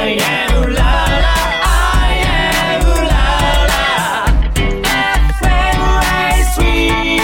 I am la la I am la la FLA3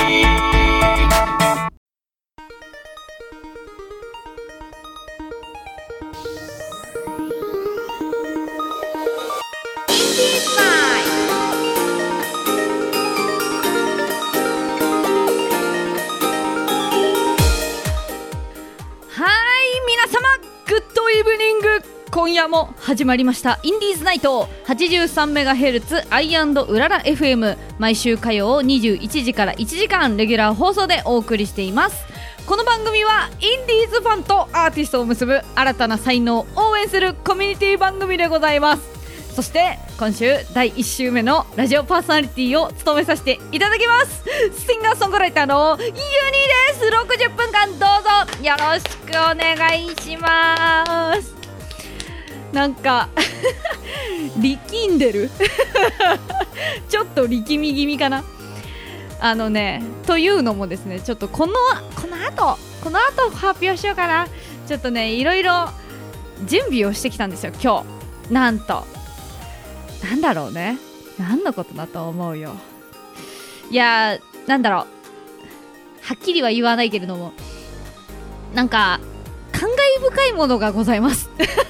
今夜も始まりましたインディーズナイト 83MHz アイ&うらら FM 毎週火曜21時から1時間レギュラー放送でお送りしています。この番組はインディーズファンとアーティストを結ぶ新たな才能を応援するコミュニティ番組でございます。そして今週第1週目のラジオパーソナリティを務めさせていただきます。シンガーソングライターのユニです。60分間どうぞよろしくお願いします。なんか力んでるちょっと力み気味かな。というのもですね、ちょっとこの後発表しようかな。ちょっとね、いろいろ準備をしてきたんですよ今日。なんとなんだろうね、何のことだと思うよ。いやー、なんだろう、はっきりは言わないけれども、なんか感慨深いものがございます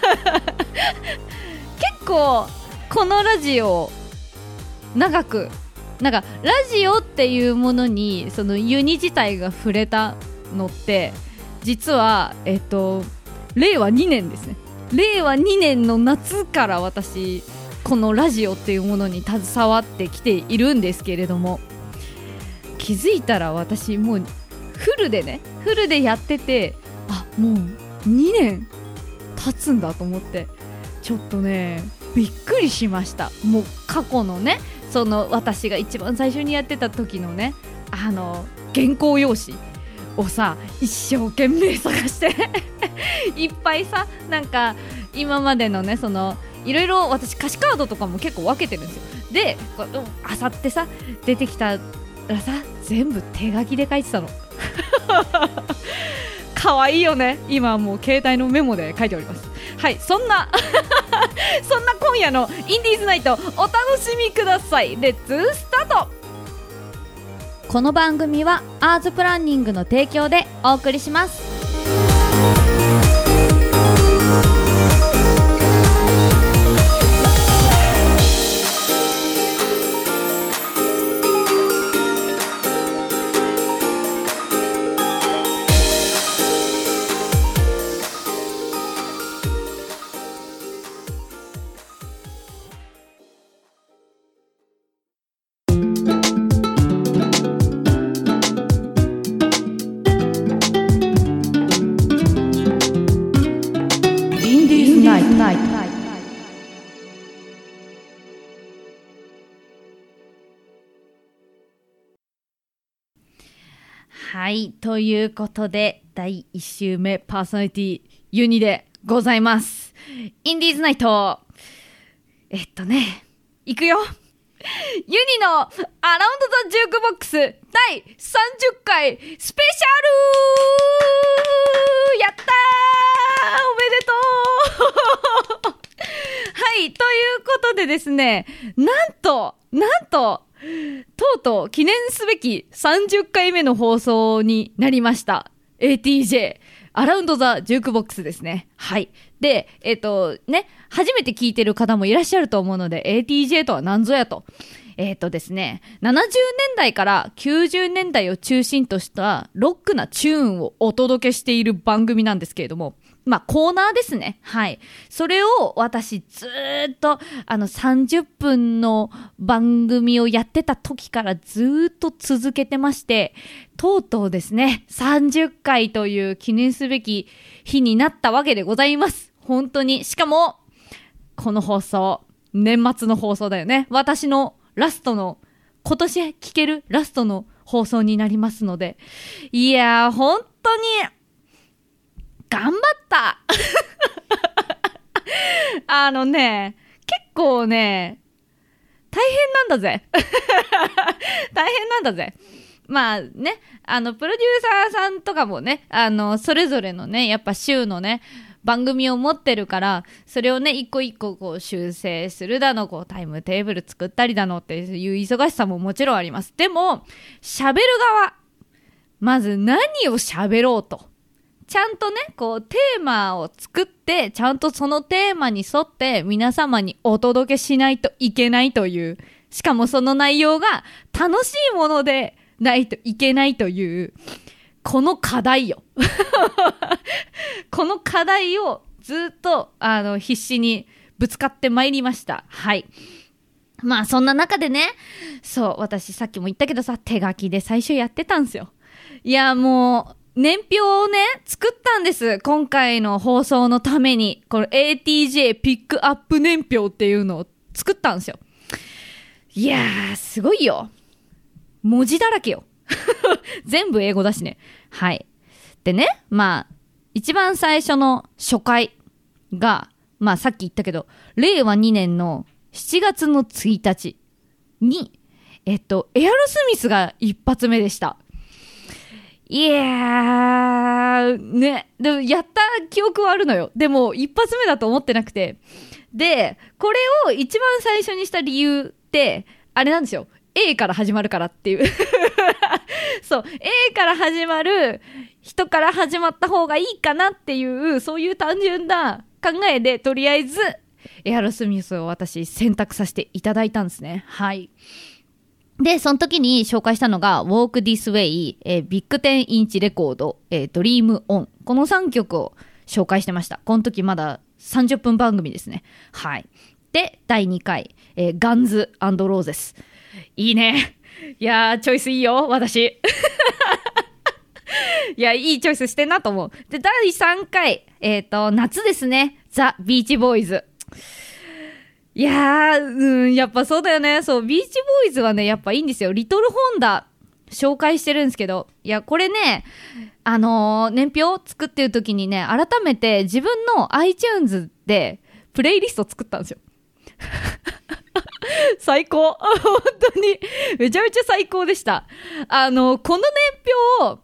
結構このラジオ長くなんかラジオっていうものにそのユニ自体が触れたのって実は令和2年ですね。令和2年の夏から私このラジオっていうものに携わってきているんですけれども、気づいたら私もうフルでやってて、あ、もう2年経つんだと思って、ちょっとねびっくりしました。もう過去のね、その私が一番最初にやってた時のね、原稿用紙をさ一生懸命探していっぱいさ、なんか今までのね、そのいろいろ私歌詞カードとかも結構分けてるんですよ。であさってさ出てきたらさ、全部手書きで書いてたの可愛いよね。今はもう携帯のメモで書いております。はい、そんな今夜のインディーズナイトお楽しみください。レッツスタート。この番組はアーズプランニングの提供でお送りします。はい、ということで第1週目パーソナリティユニでございます。インディーズナイトいくよ。ユニのアラウンドザジュークボックス第30回スペシャル、やったー、おめでとうはい、ということでですね、なんととうとう記念すべき30回目の放送になりました。 ATJ アラウンドザジュークボックスですね。はい。で初めて聞いてる方もいらっしゃると思うので、 ATJ とは何ぞやと。ですね、70年代から90年代を中心としたロックなチューンをお届けしている番組なんですけれども、コーナーですね。はい。それを私ずーっと30分の番組をやってた時からずーっと続けてまして、とうとうですね、30回という記念すべき日になったわけでございます。本当に。しかも、この放送、年末の放送だよね。私のラストの、今年聞けるラストの放送になりますので、いやー、本当に、頑張った結構ね、大変なんだぜ大変なんだぜ。まあね、プロデューサーさんとかもね、それぞれのね、やっぱ週のね、 番組を持ってるから、それをね、一個一個こう修正するだの、こうタイムテーブル作ったりだのっていう忙しさももちろんあります。でも、喋る側、まず何を喋ろうと。ちゃんとね、こうテーマを作って、ちゃんとそのテーマに沿って皆様にお届けしないといけないという、しかもその内容が楽しいものでないといけないという、この課題よ。この課題をずっと必死にぶつかってまいりました。はい。まあそんな中でね、そう、私さっきも言ったけどさ、手書きで最初やってたんですよ。いやもう、年表をね、作ったんです。今回の放送のために。この ATJ ピックアップ年表っていうのを作ったんですよ。いやー、すごいよ。文字だらけよ。全部英語だしね。はい。でね、まあ、一番最初の初回が、まあさっき言ったけど、令和2年の7月の1日に、エアロスミスが一発目でした。いやー、ね。でも、やった記憶はあるのよ。でも、一発目だと思ってなくて。で、これを一番最初にした理由って、あれなんですよ。A から始まるからっていう。そう。A から始まる人から始まった方がいいかなっていう、そういう単純な考えで、とりあえず、エアロスミスを私選択させていただいたんですね。はい。で、その時に紹介したのが Walk This Way、ビッグ10インチレコード、Dream On。この3曲を紹介してました。この時まだ30分番組ですね。はい。で、第2回、Guns and Roses。いいね。いやー、チョイスいいよ、私。いや、いいチョイスしてんなと思う。で、第3回、夏ですね。ザ・ビーチボーイズ。いやー、やっぱそうだよね。そう、ビーチボーイズはね、やっぱいいんですよ。リトルホンダ、紹介してるんですけど、いや、これね、年表を作ってる時にね、改めて自分の iTunes で、プレイリスト作ったんですよ。最高。本当に、めちゃめちゃ最高でした。この年表を、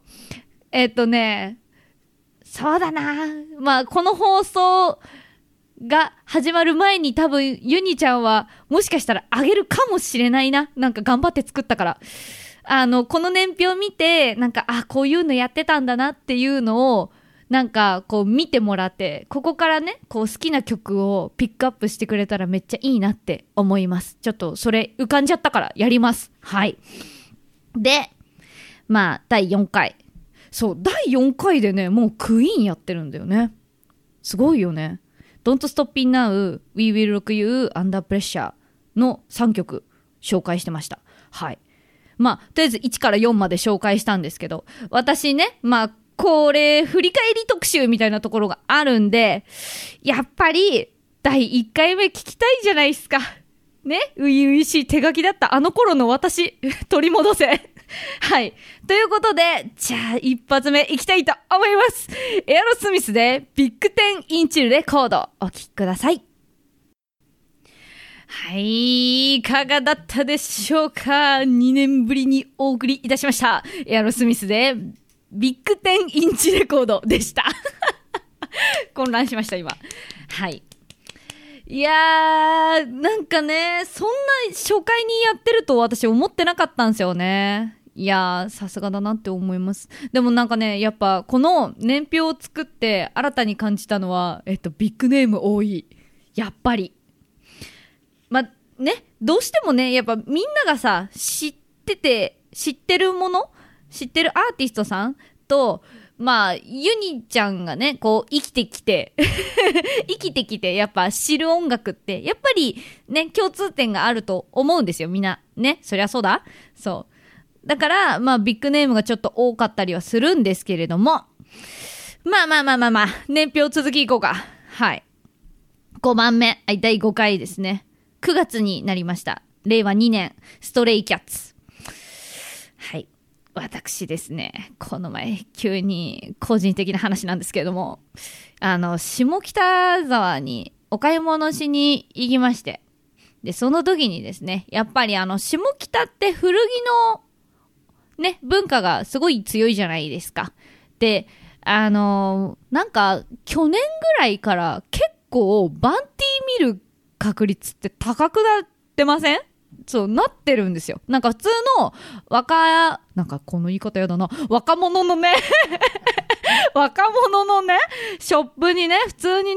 そうだな。まあ、この放送、が始まる前に多分ユニちゃんはもしかしたらあげるかもしれないな。なんか頑張って作ったから。この年表見て、なんか、こういうのやってたんだなっていうのを、なんかこう見てもらって、ここからね、こう好きな曲をピックアップしてくれたらめっちゃいいなって思います。ちょっとそれ浮かんじゃったからやります。はい。で、まあ、第4回。そう、第4回でね、もうクイーンやってるんだよね。すごいよね。Don't Stop Me Now, We Will Rock You, Under Pressure の3曲紹介してました。はい。まあ、とりあえず1から4まで紹介したんですけど、私ね、まあ、これ、振り返り特集みたいなところがあるんで、やっぱり、第1回目聞きたいじゃないですか。ね、初々しい手書きだったあの頃の私、取り戻せ。はい。ということで、じゃあ一発目いきたいと思います。エアロスミスでビッグ10インチレコードお聴きください。はい。いかがだったでしょうか。2年ぶりにお送りいたしました。エアロスミスでビッグ10インチレコードでした。混乱しました、今。はい。いやー、なんかね、そんな初回にやってると私思ってなかったんですよね。いやー、さすがだなって思います。でもなんかね、やっぱこの年表を作って新たに感じたのは、ビッグネーム多い。やっぱり。ま、ね、どうしてもね、やっぱみんながさ、知ってるもの知ってるアーティストさんと、まあ、ユニちゃんがね、こう、生きてきて、やっぱ知る音楽って、やっぱりね、共通点があると思うんですよ、みんな。ね、そりゃそうだ。そう。だから、まあ、ビッグネームがちょっと多かったりはするんですけれども、まあ、年表続きいこうか。はい。5番目、第5回ですね。9月になりました。令和2年、ストレイキャッツ。はい。私ですね、この前、急に個人的な話なんですけれども、下北沢にお買い物しに行きまして、で、その時にですね、やっぱり下北って古着のね、文化がすごい強いじゃないですか。で、 なんか去年ぐらいから結構バンティー見る確率って高くなってません？そうなってるんですよ。なんか普通のなんかこの言い方やだな、若者のね若者のねショップにね普通にね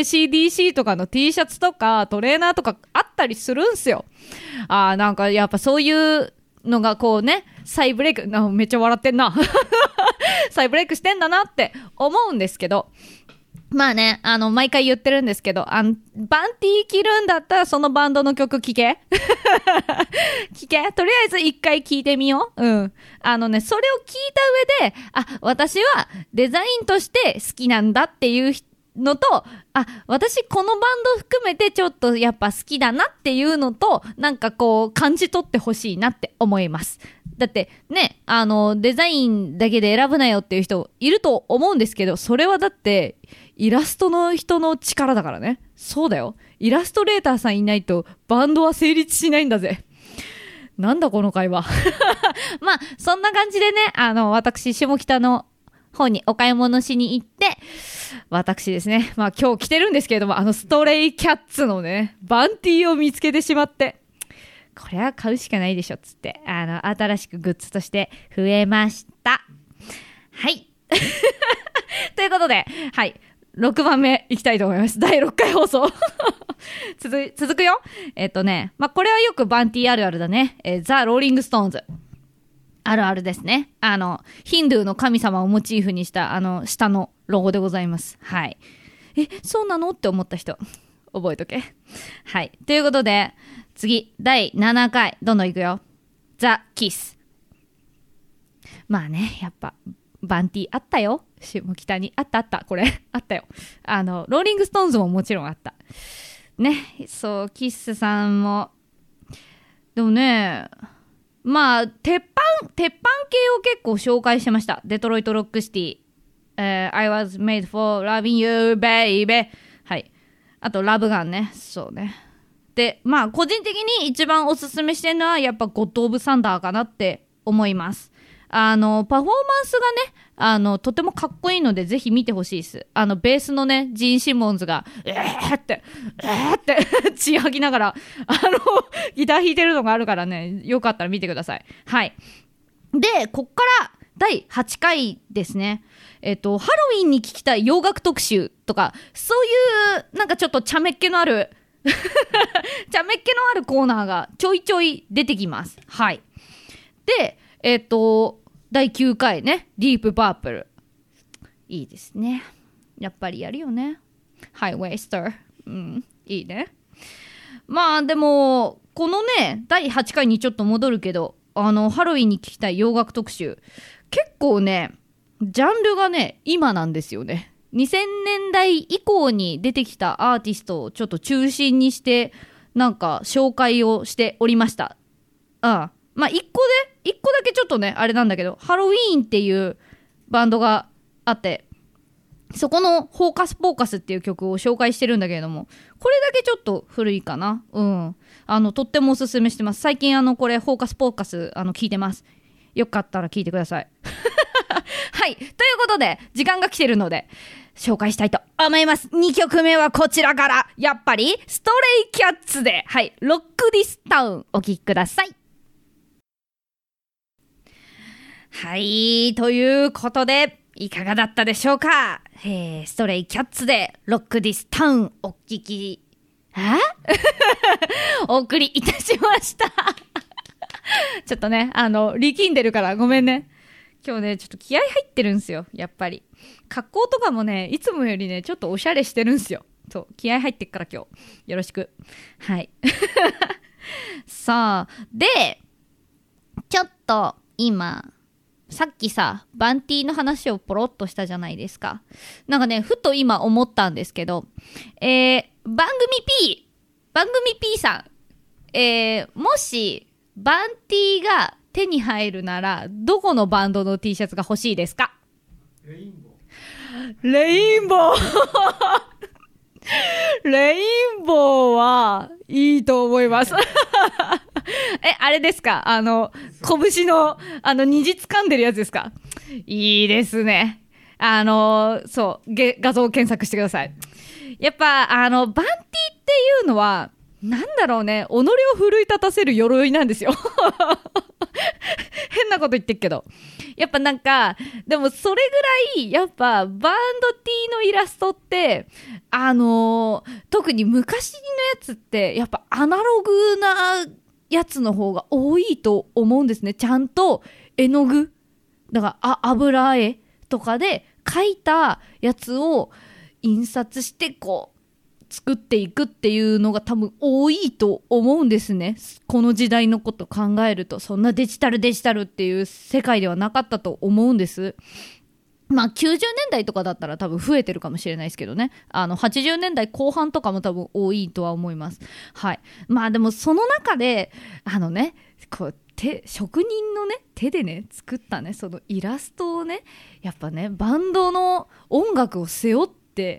ACDC とかの T シャツとかトレーナーとかあったりするんすよ。なんかやっぱそういうのがこうね再ブレイクめっちゃ笑ってんな再ブレイクしてんだなって思うんですけど、まあね、毎回言ってるんですけど、バンティー着るんだったらそのバンドの曲聴け聴け、とりあえず一回聴いてみよう。それを聞いた上で、私はデザインとして好きなんだっていうのと、私このバンド含めてちょっとやっぱ好きだなっていうのと、なんかこう感じ取ってほしいなって思います。だってね、デザインだけで選ぶなよっていう人いると思うんですけど、それはだってイラストの人の力だからね。そうだよ。イラストレーターさんいないとバンドは成立しないんだぜ。なんだこの会話まあそんな感じでね、私下北の方にお買い物しに行って、私ですね、まあ今日着てるんですけれども、ストレイキャッツのねバンティーを見つけてしまって、これは買うしかないでしょっつって、新しくグッズとして増えました。はいということで、はい、6番目いきたいと思います。第6回放送続くよ。まあ、これはよくバンティーあるあるだね。ザ・ローリング・ストーンズあるあるですね。ヒンドゥーの神様をモチーフにした下のロゴでございます。はい。そうなのって思った人覚えとけ。はい。ということで次第7回どんどんいくよ。ザ・キス。まあね、やっぱバンティーあったよ。下北にあったこれあったよ。ローリングストーンズももちろんあったね。そう、キスさんもでもね、まあ鉄板系を結構紹介してました。デトロイトロックシティ、I was made for loving you baby。 はい。あとラブガンね。そうね。で、まあ個人的に一番おすすめしてるのはやっぱゴッド・オブ・サンダーかなって思います。パフォーマンスがね、とてもかっこいいのでぜひ見てほしいです。ベースのねジン・シモンズがって血吐きながらギター弾いてるのがあるからね、よかったら見てください。はい。で、こっから第8回ですね。ハロウィンに聞きたい洋楽特集とか、そういうなんかちょっと茶目っ気のあるコーナーがちょいちょい出てきます。はい。で、第9回ね、ディープパープル。いいですね。やっぱりやるよね。ハイウェイスター。いいね。まあでも、このね、第8回にちょっと戻るけど、ハロウィンに聞きたい洋楽特集。結構ね、ジャンルがね、今なんですよね。2000年代以降に出てきたアーティストをちょっと中心にして、なんか紹介をしておりました。まあ一個だけちょっとねあれなんだけど、ハロウィーンっていうバンドがあって、そこのフォーカスポーカスっていう曲を紹介してるんだけれども、これだけちょっと古いかな。とってもおすすめしてます。最近これフォーカスポーカス聞いてます。よかったら聞いてくださいはい、ということで時間が来てるので紹介したいと思います。2曲目はこちらから、やっぱりストレイキャッツで、はい、ロックディスタウンお聴きください。はい、ということでいかがだったでしょうか。ストレイキャッツでロックディスタウンお聞きお送りいたしましたちょっとね力んでるからごめんね。今日ねちょっと気合入ってるんすよ。やっぱり格好とかもねいつもよりねちょっとおしゃれしてるんすよ。そう気合入ってっから今日よろしく。はいさあでちょっと今さっきさバンティーの話をポロッとしたじゃないですか。なんかねふと今思ったんですけど、番組 P さん、もしバンティーが手に入るならどこのバンドの T シャツが欲しいですか？レインボーレインボーはいいと思いますあれですか？拳の虹掴んでるやつですか？いいですね。 画像検索してください。やっぱ、バンティっていうのは、なんだろうね、己を奮い立たせる鎧なんですよ。変なこと言ってっけど。やっぱなんか、でもそれぐらい、やっぱ、バンド T のイラストって、特に昔のやつって、やっぱアナログなやつの方が多いと思うんですね。ちゃんと絵の具、だから油絵とかで描いたやつを印刷してこう、作っていくっていうのが多分多いと思うんですね。この時代のこと考えると、そんなデジタルっていう世界ではなかったと思うんです。まあ90年代とかだったら多分増えてるかもしれないですけどね。80年代後半とかも多分多いとは思います。はい。まあでもその中で、こう、職人のね、手でね、作ったね、そのイラストをね、やっぱね、バンドの音楽を背負って、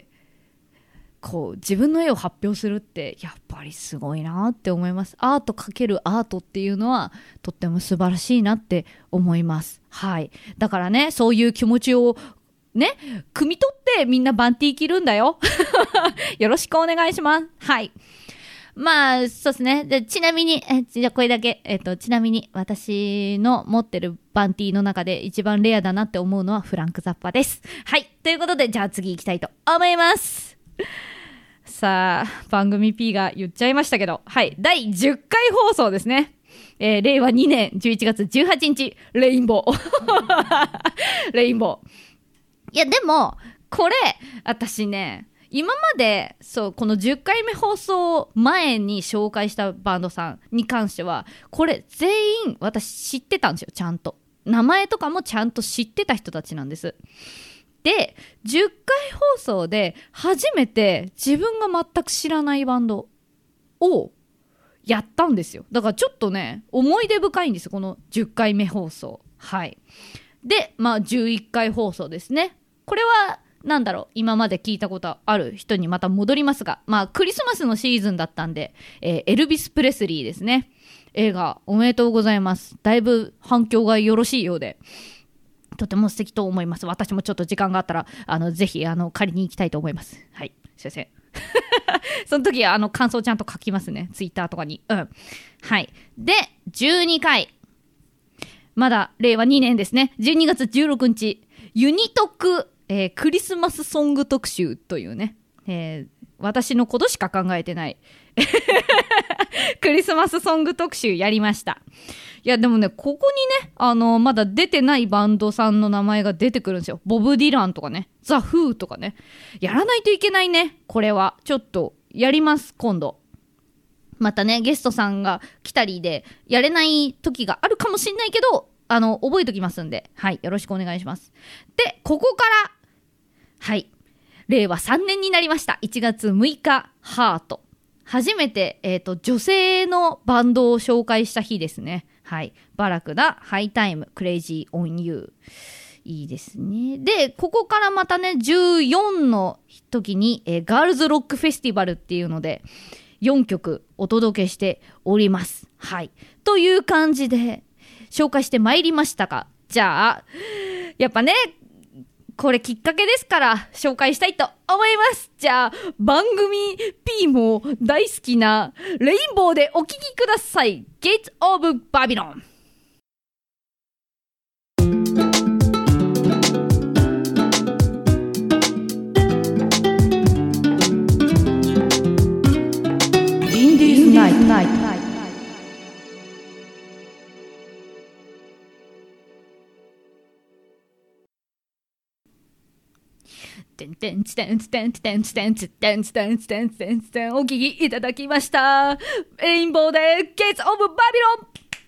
こう自分の絵を発表するってやっぱりすごいなって思います。アート×アートっていうのはとっても素晴らしいなって思います。はい。だからね、そういう気持ちをね、汲み取ってみんなバンティー着るんだよ。よろしくお願いします。はい。まあ、そうですね。でちなみに、じゃあこれだけ、ちなみに私の持ってるバンティーの中で一番レアだなって思うのはフランク・ザッパです。はい。ということで、じゃあ次行きたいと思います。さあ、番組 P が言っちゃいましたけど、はい、第10回放送ですね。令和2年11月18日、レインボー。レインボー。いや、でも、これ、私ね、今まで、そう、この10回目放送前に紹介したバンドさんに関しては、これ全員私知ってたんですよ、ちゃんと。名前とかもちゃんと知ってた人たちなんです。で、10回放送で初めて自分が全く知らないバンドをやったんですよ。だからちょっとね、思い出深いんですよ、この10回目放送。はい。で、まあ11回放送ですね。これは、なんだろう、今まで聞いたことある人にまた戻りますが、まあクリスマスのシーズンだったんで、エルビス・プレスリーですね。映画おめでとうございます。だいぶ反響がよろしいようで。とても素敵と思います。私もちょっと時間があったら、ぜひ、借りに行きたいと思います。はい。先生。その時は、感想ちゃんと書きますね。ツイッターとかに。うん。はい。で、12回。まだ、令和2年ですね。12月16日、ユニトク、クリスマスソング特集というね、私のことしか考えてない、クリスマスソング特集やりました。いやでもね、ここにね、まだ出てないバンドさんの名前が出てくるんですよ。ボブ・ディランとかね、ザ・フーとかね。やらないといけないね。これは。ちょっと、やります、今度。またね、ゲストさんが来たりで、やれない時があるかもしんないけど、覚えときますんで、はい、よろしくお願いします。で、ここから、はい、令和3年になりました。1月6日、ハート。初めて、女性のバンドを紹介した日ですね。はい。バラクダ、ハイタイム、クレイジーオンユー。いいですね。で、ここからまたね、14の時に、ガールズロックフェスティバルっていうので、4曲お届けしております。はい。という感じで、紹介してまいりましたが、じゃあ、やっぱね、これきっかけですから紹介したいと思います。じゃあ番組 P も大好きなレインボーでお聴きください。 Gates of Babylon。インディーズナイト。てんてんつてんつてんつてんつてんつてんつてんつてんつてんつてんお聞きいただきました。レインボーで Gates of Babylon。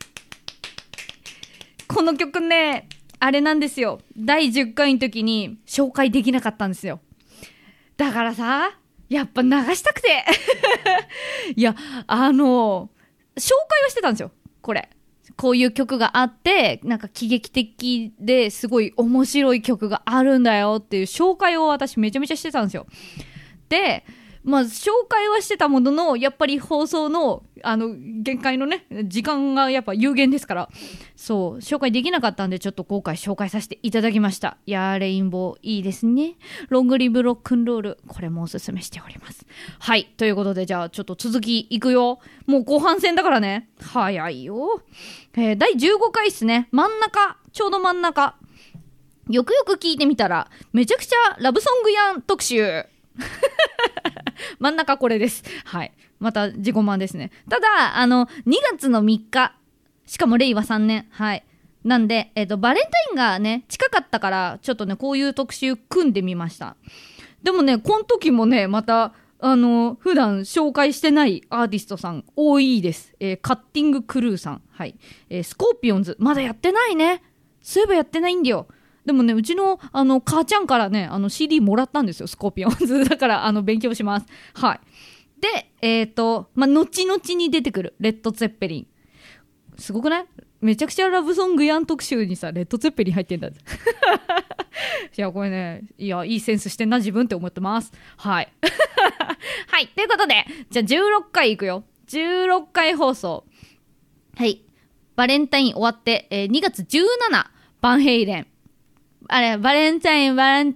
この曲ね、あれなんですよ、第10回の時に紹介できなかったんですよ。だからさ、やっぱ流したくていや、紹介はしてたんですよ。こういう曲があって、なんか喜劇的ですごい面白い曲があるんだよっていう紹介を私めちゃめちゃしてたんですよ。で、 まあ紹介はしてたものの、やっぱり放送の限界のね時間がやっぱ有限ですから、そう紹介できなかったんで、ちょっと今回紹介させていただきました。いやー、レインボーいいですね。ロングリブロックンロール、これもおすすめしております。はい、ということで、じゃあちょっと続きいくよ。もう後半戦だからね、早いよ。第15回っすね。真ん中、ちょうど真ん中。よくよく聞いてみたら、めちゃくちゃラブソングやん特集。真ん中これです。はい。また自己満ですね。ただ、2月の3日、しかも令和3年。はい。なんで、バレンタインがね、近かったから、ちょっとね、こういう特集組んでみました。でもね、この時もね、また、普段紹介してないアーティストさん多いです。カッティングクルーさん。はい。スコーピオンズ。まだやってないね。そういえばやってないんだよ。でもね、うちの、母ちゃんからね、CD もらったんですよ、スコーピオンズ。だから、勉強します。はい。で、後々に出てくる、レッド・ツェッペリン。すごくない？めちゃくちゃラブソングやん特集にさ、レッド・ツェッペリン入ってんだ。いや、これね、いや、いいセンスしてんな、自分って思ってます。はい。はい。ということで、じゃあ16回いくよ。16回放送。はい。バレンタイン終わって、2月17、バンヘイレン。あれ、バレンヘ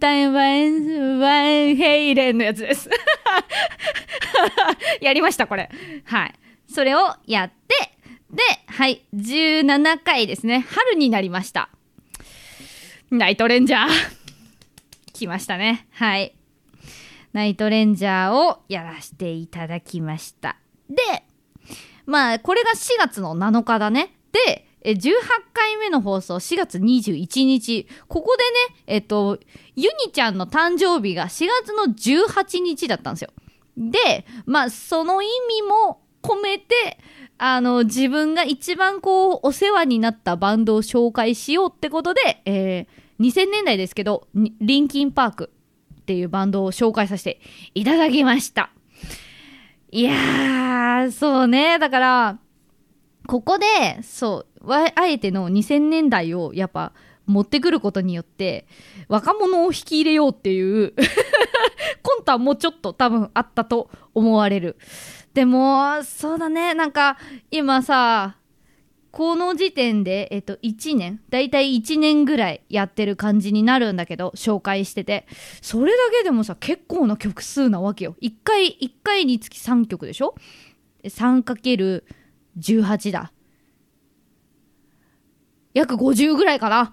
イレンのやつです。やりました、これ。はい。それをやって、で、はい、17回ですね。春になりました。ナイトレンジャー。来ましたね。はい。ナイトレンジャーをやらせていただきました。で、まあ、これが4月の7日だね。で、18回目の放送4月21日。ここでね、ユニちゃんの誕生日が4月の18日だったんですよ。で、まあ、その意味も込めて、自分が一番こう、お世話になったバンドを紹介しようってことで、2000年代ですけど、リンキンパークっていうバンドを紹介させていただきました。いやー、そうね。だから、ここで、そう、あえての2000年代をやっぱ持ってくることによって、若者を引き入れようっていう魂胆もちょっと多分あったと思われる。でも、そうだね。なんか、今さ、この時点で、1年、だいたい1年ぐらいやってる感じになるんだけど、紹介してて。それだけでもさ、結構な曲数なわけよ。1回につき3曲でしょ ?3×18 だ。約50ぐらいかな。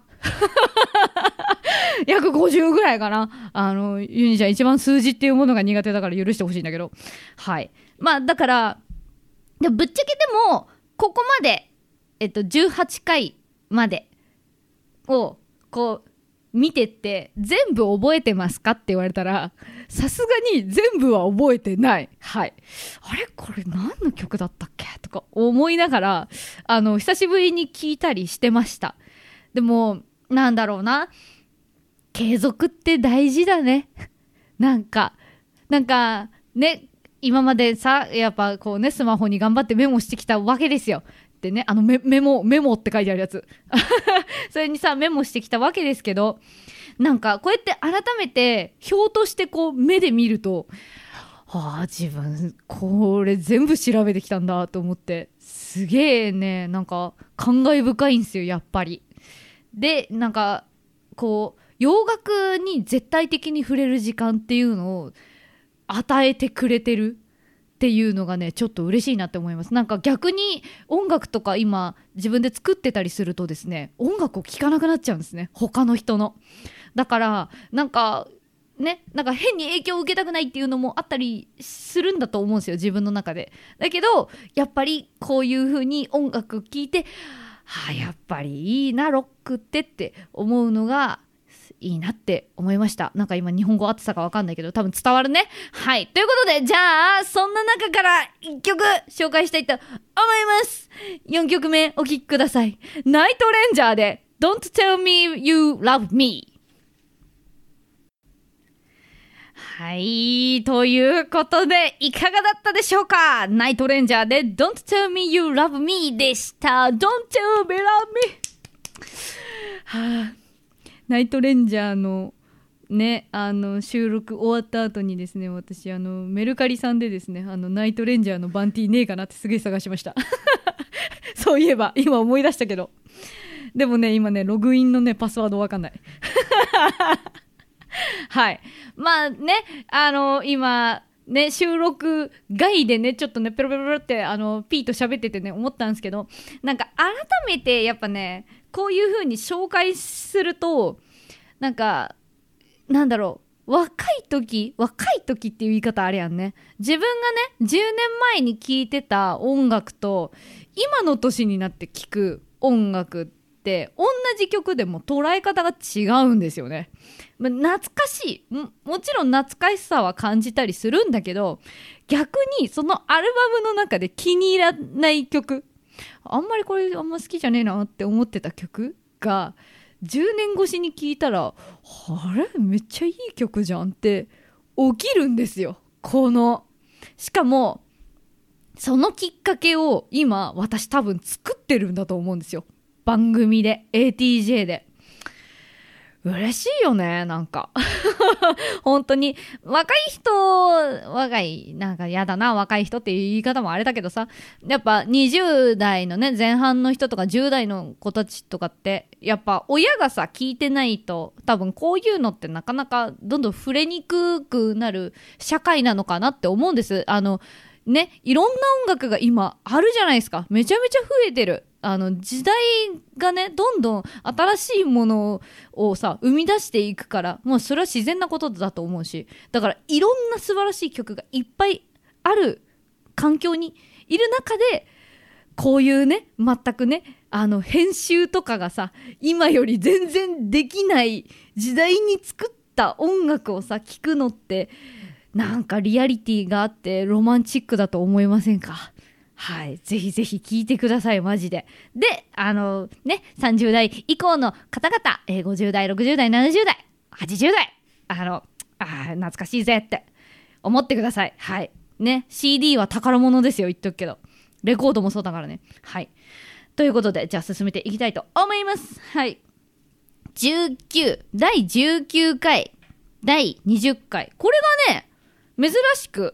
約50ぐらいかな。ユニちゃん一番数字っていうものが苦手だから許してほしいんだけど。はい。まあ、だから、ぶっちゃけでも、ここまで、18回までを、こう、見てって、全部覚えてますかって言われたら、さすがに全部は覚えてない。はい。あれこれ何の曲だったっけとか思いながら、久しぶりに聞いたりしてました。でも、なんだろうな。継続って大事だね。なんか、ね、今までさ、やっぱこうね、スマホに頑張ってメモしてきたわけですよ。でね、メモって書いてあるやつ。それにさ、メモしてきたわけですけど、なんか、こうやって改めて、表としてこう、目で見ると、自分、これ全部調べてきたんだと思って、すげえね、なんか、感慨深いんですよ、やっぱり。で、なんか、こう、洋楽に絶対的に触れる時間っていうのを与えてくれてるっていうのがね、ちょっと嬉しいなって思います。なんか逆に音楽とか今自分で作ってたりするとですね、音楽を聴かなくなっちゃうんですね、他の人の。だからなんかね、なんか変に影響を受けたくないっていうのもあったりするんだと思うんですよ、自分の中で。だけどやっぱりこういう風に音楽聴いて、やっぱりいいなロックって思うのがいいなって思いました。なんか今日本語合ってたか分かんないけど多分伝わるね。はい。ということで、じゃあそんな中から1曲紹介したいと思います。4曲目お聴きください。ナイトレンジャーで Don't Tell Me You Love Me。はい。ということで、いかがだったでしょうか？ナイトレンジャーで Don't Tell Me You Love Me でした。Don't Tell Me Love Me。ナイトレンジャーのね、収録終わった後にですね、私メルカリさんでですね、ナイトレンジャーのバンティーねえかなってすげえ探しましたそういえば今思い出したけど、でもね今ねログインのねパスワードわかんないはいまあね今ね収録外でねちょっとねペロペロペロってピーと喋っててね思ったんですけど、なんか改めてやっぱねこういう風に紹介するとなんかなんだろう、若い時っていう言い方あれやんね。自分がね10年前に聴いてた音楽と今の年になって聴く音楽って同じ曲でも捉え方が違うんですよね。懐かしい もちろん懐かしさは感じたりするんだけど、逆にそのアルバムの中で気に入らない曲、あんまりこれあんま好きじゃねえなって思ってた曲が10年越しに聞いたら、あれめっちゃいい曲じゃんって起きるんですよ。しかもそのきっかけを今私多分作ってるんだと思うんですよ、番組で ATJ で。嬉しいよね、なんか本当に若いなんかやだな、若い人っていう言い方もあれだけどさ、やっぱ20代のね前半の人とか10代の子たちとかってやっぱ親がさ聞いてないと多分こういうのってなかなかどんどん触れにくくなる社会なのかなって思うんです。ね、いろんな音楽が今あるじゃないですか。めちゃめちゃ増えてる。時代がねどんどん新しいものをさ生み出していくから、もうそれは自然なことだと思うし、だからいろんな素晴らしい曲がいっぱいある環境にいる中で、こういうね全くね編集とかがさ今より全然できない時代に作った音楽をさ聴くのってなんかリアリティがあってロマンチックだと思いませんか？はい、ぜひぜひ聞いてください、マジで。で、ね、30代以降の方々、50代、60代、70代、80代、懐かしいぜって思ってください。はい。ね、CD は宝物ですよ、言っとくけど。レコードもそうだからね。はい。ということで、じゃあ進めていきたいと思います。はい。第19回、第20回。これがね、珍しく、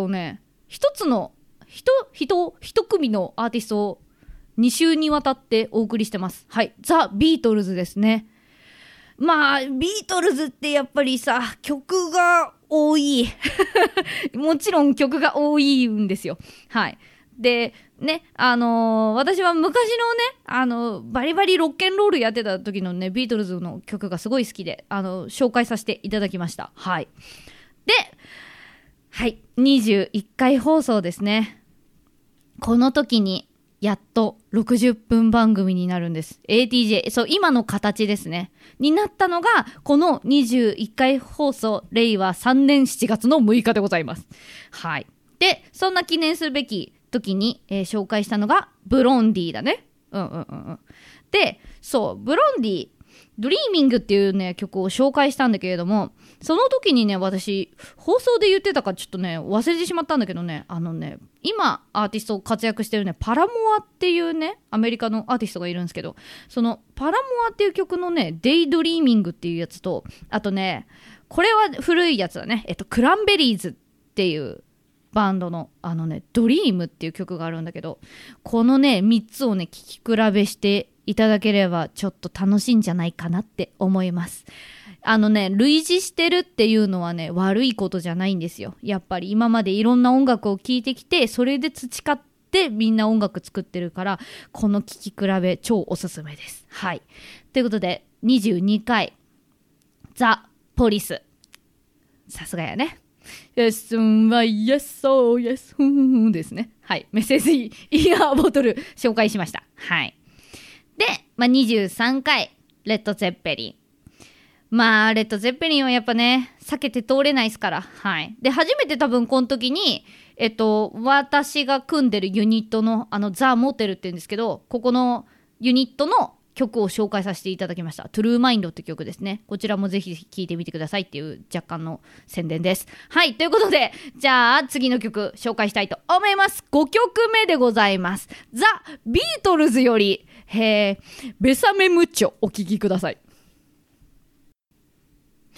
一組のアーティストを2週にわたってお送りしてます。はい。ザ・ビートルズですね。まあ、ビートルズってやっぱりさ、曲が多い。もちろん曲が多いんですよ。はい。で、ね、私は昔のね、バリバリロッケンロールやってた時のね、ビートルズの曲がすごい好きで、紹介させていただきました。はい。で、はい、21回放送ですね。この時にやっと60分番組になるんです。ATJ、そう今の形ですね。になったのがこの21回放送、令和3年7月の6日でございます。はい。で、そんな記念すべき時に、紹介したのがブロンディだね。で、そうブロンディ。ドリーミングっていうね曲を紹介したんだけれども、その時にね私放送で言ってたかちょっとね忘れてしまったんだけどね、今アーティスト活躍してるねパラモアっていうねアメリカのアーティストがいるんですけど、そのパラモアっていう曲のねデイドリーミングっていうやつと、あとねこれは古いやつだね、クランベリーズっていうバンドのドリームっていう曲があるんだけど、このね3つをね聴き比べしていただければちょっと楽しいんじゃないかなって思います。類似してるっていうのはね悪いことじゃないんですよ。やっぱり今までいろんな音楽を聴いてきて、それで培ってみんな音楽作ってるから、この聴き比べ超おすすめです。はい。ということで22回ザ・ポリス、さすがやね。Yes, yes, oh, yes, ですね。はい。メッセージイヤーボトル紹介しました。はい。で、23回、レッド・ゼッペリン。レッド・ゼッペリンはやっぱね、避けて通れないですから。はい。で、初めて多分この時に、私が組んでるユニットの、ザ・モテルって言うんですけど、ここのユニットの曲を紹介させていただきました。トゥルーマインドって曲ですね。こちらもぜひ聴いてみてくださいっていう若干の宣伝です。はい。ということで、じゃあ次の曲紹介したいと思います。5曲目でございます。ザ・ビートルズより、ベサメムッチョお聴きください。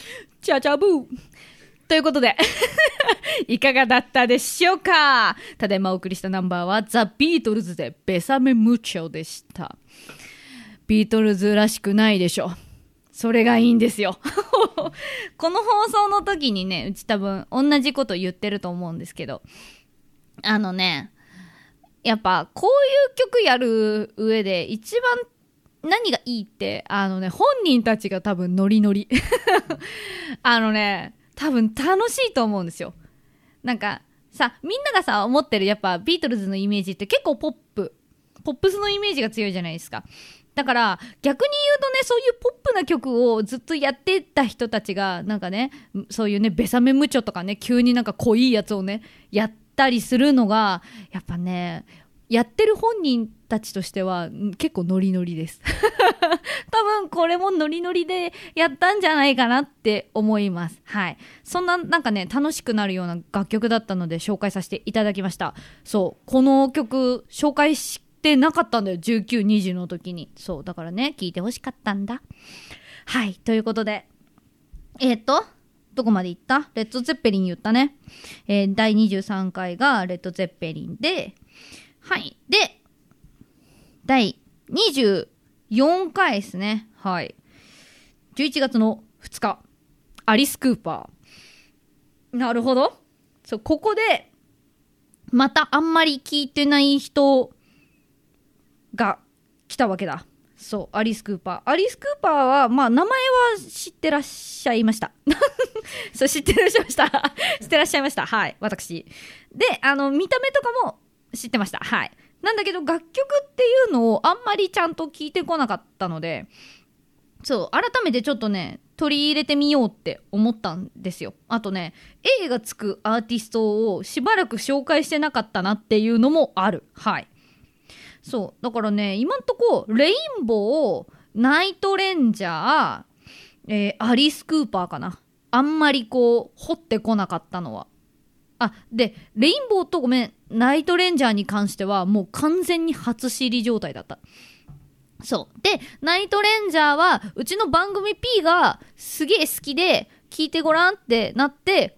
チャチャブーということでいかがだったでしょうか。ただいまお送りしたナンバーはザ・ビートルズでベサメムチョでした。ビートルズらしくないでしょ。それがいいんですよこの放送の時にね、うち多分同じこと言ってると思うんですけど、やっぱこういう曲やる上で一番何がいいって本人たちが多分ノリノリ多分楽しいと思うんですよ。なんかさ、みんながさ思ってるやっぱビートルズのイメージって結構ポップスのイメージが強いじゃないですか。だから逆に言うとね、そういうポップな曲をずっとやってた人たちがなんかね、そういうねベサメムチョとかね、急になんか濃いやつをねやったりするのがやっぱね、やってる本人たちとしては結構ノリノリです多分これもノリノリでやったんじゃないかなって思います。はい、そんななんかね楽しくなるような楽曲だったので紹介させていただきました。そう、この曲紹介してなかったんだよ、19、20の時に。そうだからね、聞いてほしかったんだ。はい、ということでどこまで行った？レッド・ゼッペリン言ったね。第23回がレッド・ゼッペリンで、はい。で、第24回ですね。はい。11月の2日、アリス・クーパー。なるほど。そう、ここで、またあんまり聞いてない人が来たわけだ。そう、アリス・クーパー。アリス・クーパーは、まあ、名前は知ってらっしゃいました。そう、知ってらっしゃいました。知ってらっしゃいました。はい、私。で、見た目とかも知ってました。はい。なんだけど、楽曲っていうのをあんまりちゃんと聞いてこなかったので、そう、改めてちょっとね、取り入れてみようって思ったんですよ。あとね、A がつくアーティストをしばらく紹介してなかったなっていうのもある。はい。そう、だからね、今んとこレインボー、ナイトレンジャー、アリス・クーパーかな。あんまりこう掘ってこなかったのは。でレインボーとごめん、ナイトレンジャーに関してはもう完全に初知り状態だった。そうで、ナイトレンジャーはうちの番組 P がすげえ好きで聞いてごらんってなって、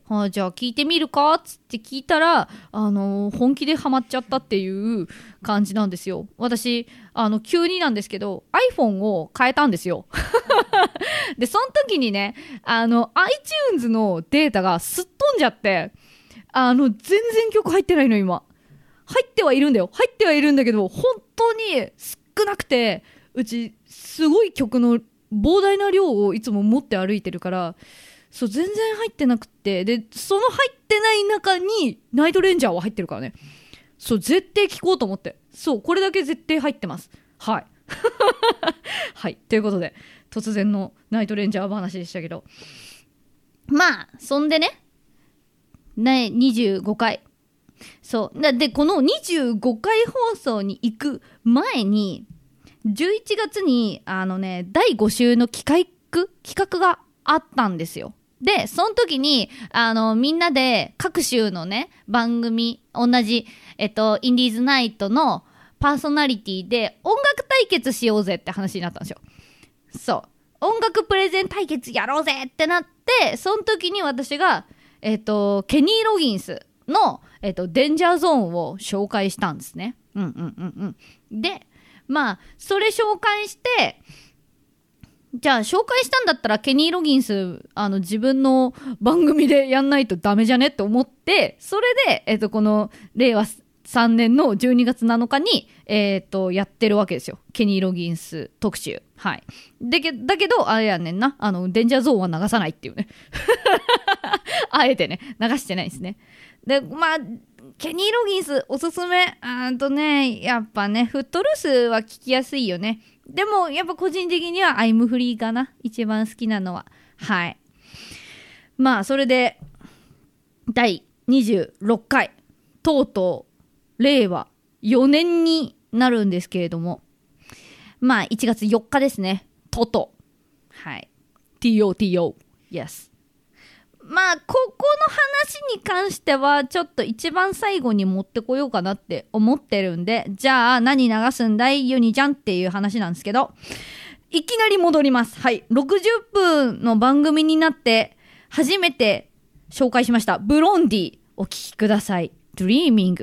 じゃあ聞いてみるかっつって聞いたら、本気でハマっちゃったっていう感じなんですよ。私急になんですけど iPhone を変えたんですよでその時にねiTunes のデータがすっ飛んじゃって、全然曲入ってないの。今入ってはいるんだよ、入ってはいるんだけど本当に少なくて、うちすごい曲の膨大な量をいつも持って歩いてるから、そう全然入ってなくて、でその入ってない中にナイトレンジャーは入ってるからね。そう絶対聴こうと思って、そうこれだけ絶対入ってます。はいはいということで突然のナイトレンジャー話でしたけど、まあそんでね、25回そうで、この25回放送に行く前に11月に第5週の企画があったんですよ。でその時にみんなで各週のね番組同じインディーズナイトのパーソナリティで音楽対決しようぜって話になったんですよ。そう音楽プレゼン対決やろうぜってなって、その時に私がケニー・ロギンスの、デンジャーゾーンを紹介したんですね。でまあそれ紹介して、じゃあ紹介したんだったらケニー・ロギンス自分の番組でやんないとダメじゃねって思って、それで、この令和3年の12月7日に、やってるわけですよ、ケニー・ロギンス特集。はい。だけどあれやねんな、デンジャーゾーンは流さないっていうねあえてね流してないですね。でまあケニー・ロギンスおすすめ。やっぱねフットルースは聞きやすいよね。でもやっぱ個人的にはアイムフリーかな、一番好きなのは。はい。まあそれで第26回とうとう令和4年になるんですけれども、まあ1月4日ですね、とうとう。はい。TOTO Yes。まあここの話に関してはちょっと一番最後に持ってこようかなって思ってるんで、じゃあ何流すんだいユニちゃんっていう話なんですけど、いきなり戻ります。はい。60分の番組になって初めて紹介しましたブロンディ、お聴きください。Dreaming。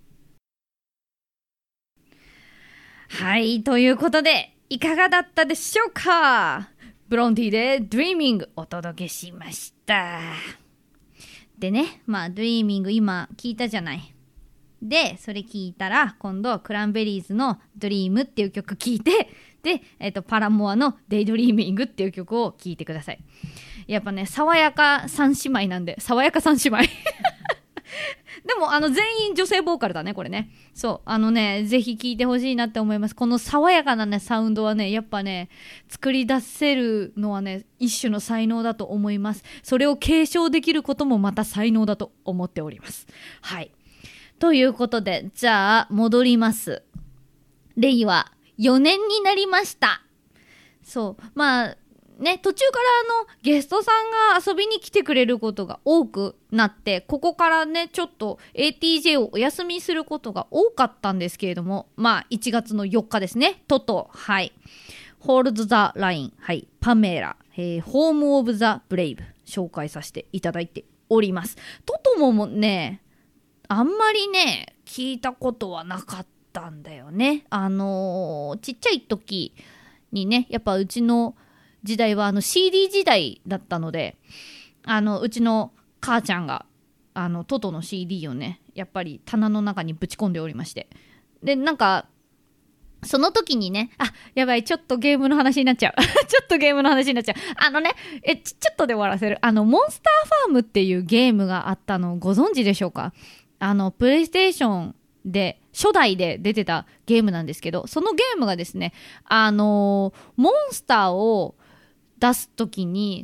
はい、ということでいかがだったでしょうか。ブロンディで Dreaming お届けしました。でね、まあ Dreaming 今聞いたじゃない。でそれ聞いたら今度クランベリーズの Dream っていう曲聞いて、で、パラモアの Daydreaming っていう曲を聞いてください。やっぱね、爽やか三姉妹なんで、爽やか三姉妹でも全員女性ボーカルだねこれね。そうぜひ聴いてほしいなって思います。この爽やかなねサウンドはね、やっぱね作り出せるのはね一種の才能だと思います。それを継承できることもまた才能だと思っております。はい、ということで、じゃあ戻ります。令和4年になりました。そうまあね、途中からゲストさんが遊びに来てくれることが多くなって、ここからねちょっと ATJ をお休みすることが多かったんですけれども、まあ1月の4日ですね、トト、はい、ホールド・ザ・ライン、はい、パメラ、ホーム・オブ・ザ・ブレイブ紹介させていただいております。トトもねあんまりね聞いたことはなかったんだよね。ちっちゃい時にね、やっぱうちの時代はCD 時代だったので、うちの母ちゃんがトトの CD をねやっぱり棚の中にぶち込んでおりまして、でなんかその時にね、やばい、ちょっとゲームの話になっちゃうちょっとゲームの話になっちゃう。ちょっとで終わらせる。モンスターファームっていうゲームがあったのご存知でしょうか。プレイステーションで初代で出てたゲームなんですけど、そのゲームがですね、モンスターを出すときに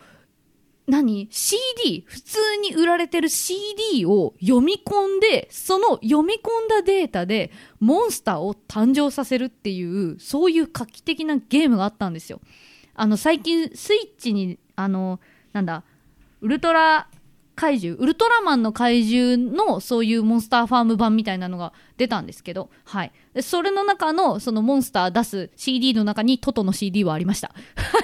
CD 普通に売られてる CD を読み込んで、その読み込んだデータでモンスターを誕生させるっていう、そういう画期的なゲームがあったんですよ。最近スイッチにウルトラマンの怪獣のそういうモンスターファーム版みたいなのが出たんですけど、はい、それの中のそのモンスター出す CD の中にトトの CD はありました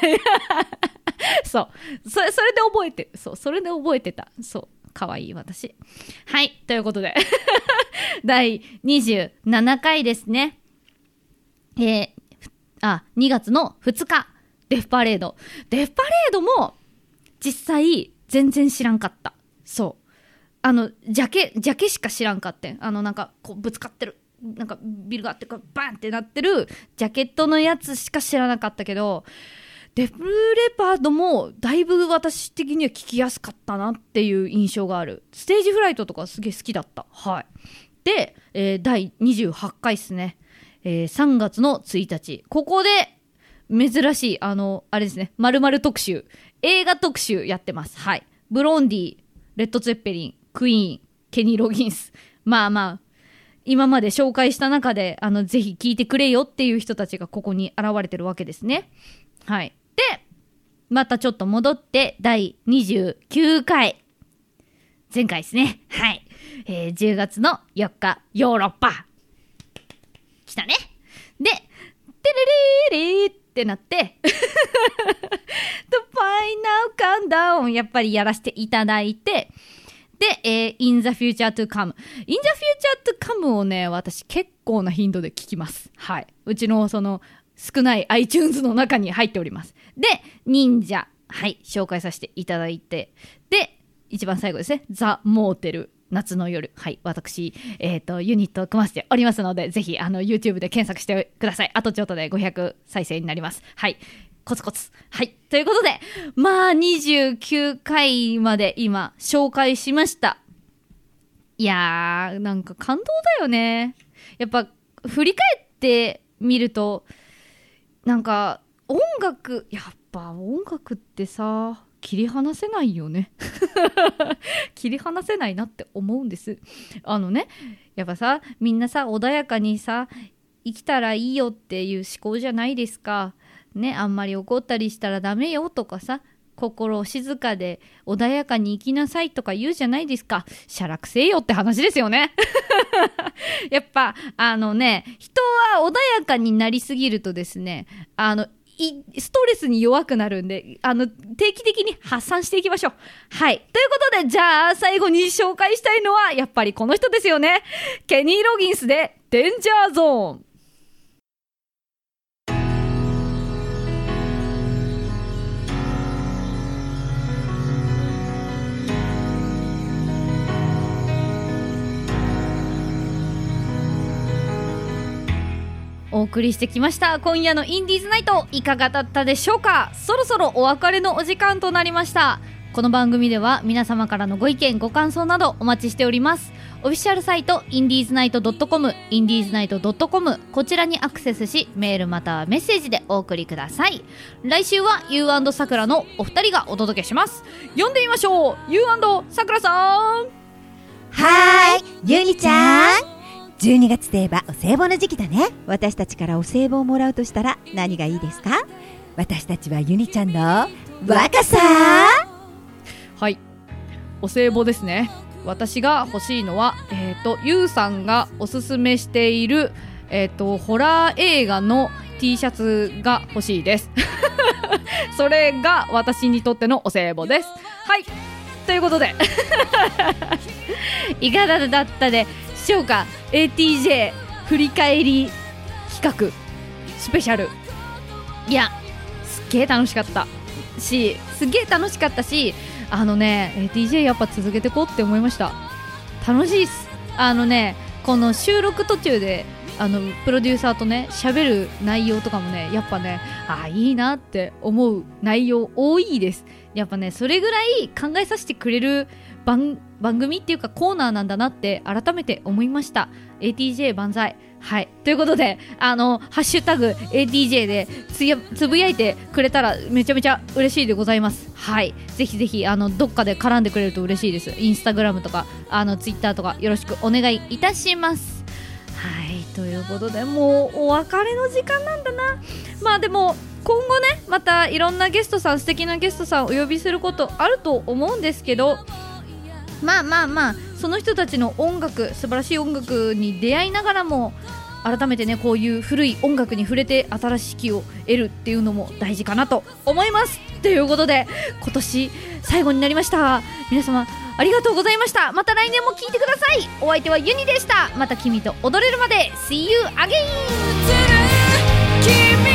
それで覚えて、それで覚えてた。かわいい私。はい、ということで第27回ですね。2月の2日デフパレードも実際全然知らんかった。ジャケしか知らんかってん。なんかこうぶつかってる、なんかビルがあってバンってなってるジャケットのやつしか知らなかったけど、デフレパードもだいぶ私的には聞きやすかったなっていう印象がある。ステージフライトとかすげえ好きだった。はい。で、第28回ですね、3月の1日、ここで珍しいあれですね、〇〇特集、映画特集やってます。はい。ブロンディ、レッド・ツェッペリン、クイーン、ケニー・ロギンス、まあ今まで紹介した中でぜひ聞いてくれよっていう人たちがここに現れてるわけですね。はい。でまたちょっと戻って第29回、前回ですね。はい、10月の4日ヨーロッパ来たね。でテレレーってなってThe Final Countdown やっぱりやらせていただいて、で、In the Future to Come In the Future to Come をね私結構な頻度で聞きます。はい、うちのその少ない iTunes の中に入っております。で忍者、はい、紹介させていただいて、で一番最後ですね、ザ・モーテル夏の夜、はい、私、ユニットを組ませておりますので、ぜひYouTube で検索してください。あとちょっとで500再生になります。はい、コツコツ。はい、ということでまあ29回まで今紹介しました。いやーなんか感動だよね。やっぱ振り返ってみるとなんかやっぱ音楽ってさ切り離せないよね切り離せないなって思うんです。やっぱさみんなさ穏やかにさ生きたらいいよっていう思考じゃないですかね。あんまり怒ったりしたらダメよとかさ、心を静かで穏やかに生きなさいとか言うじゃないですか。しゃらくせえよって話ですよねやっぱ人は穏やかになりすぎるとですね、 ストレスに弱くなるんで、定期的に発散していきましょう。はい。ということで、じゃあ、最後に紹介したいのは、やっぱりこの人ですよね。ケニー・ロギンスで、デンジャーゾーン。お送りしてきました今夜のインディーズナイト、いかがだったでしょうか。そろそろお別れのお時間となりました。この番組では皆様からのご意見ご感想などお待ちしております。オフィシャルサイトインディーズナイト .com インディーズナイト .com、 こちらにアクセスしメールまたはメッセージでお送りください。来週は You& さくらのお二人がお届けします。読んでみましょう。 You& さくらさん。 はーい、ゆにちゃん、12月といえばお歳暮の時期だね。私たちからお歳暮をもらうとしたら何がいいですか？私たちはゆにちゃんの若さ。 はい、お歳暮ですね。私が欲しいのはゆうさんがおすすめしているホラー映画の T シャツが欲しいですそれが私にとってのお歳暮です。はい、ということでいかがだったでしょうか。 ATJ 振り返り企画スペシャル、いやすっげえ楽しかったし、ATJ やっぱ続けてこうって思いました。楽しいっす。この収録途中でプロデューサーとね喋る内容とかもね、やっぱねいいなって思う内容多いです。やっぱねそれぐらい考えさせてくれる番組っていうかコーナーなんだなって改めて思いました。 ATJ 万歳。はい、ということでハッシュタグ ATJ でつぶやいてくれたらめちゃめちゃ嬉しいでございます。はい、ぜひぜひどっかで絡んでくれると嬉しいです。インスタグラムとかツイッターとかよろしくお願いいたします。はい、ということでもうお別れの時間なんだな。まあでも今後ねまたいろんなゲストさん、素敵なゲストさんお呼びすることあると思うんですけど、まあその人たちの音楽、素晴らしい音楽に出会いながらも改めてねこういう古い音楽に触れて新しい気を得るっていうのも大事かなと思います。ということで今年最後になりました。皆様ありがとうございました。また来年も聴いてください。お相手はユニでした。また君と踊れるまで See you again。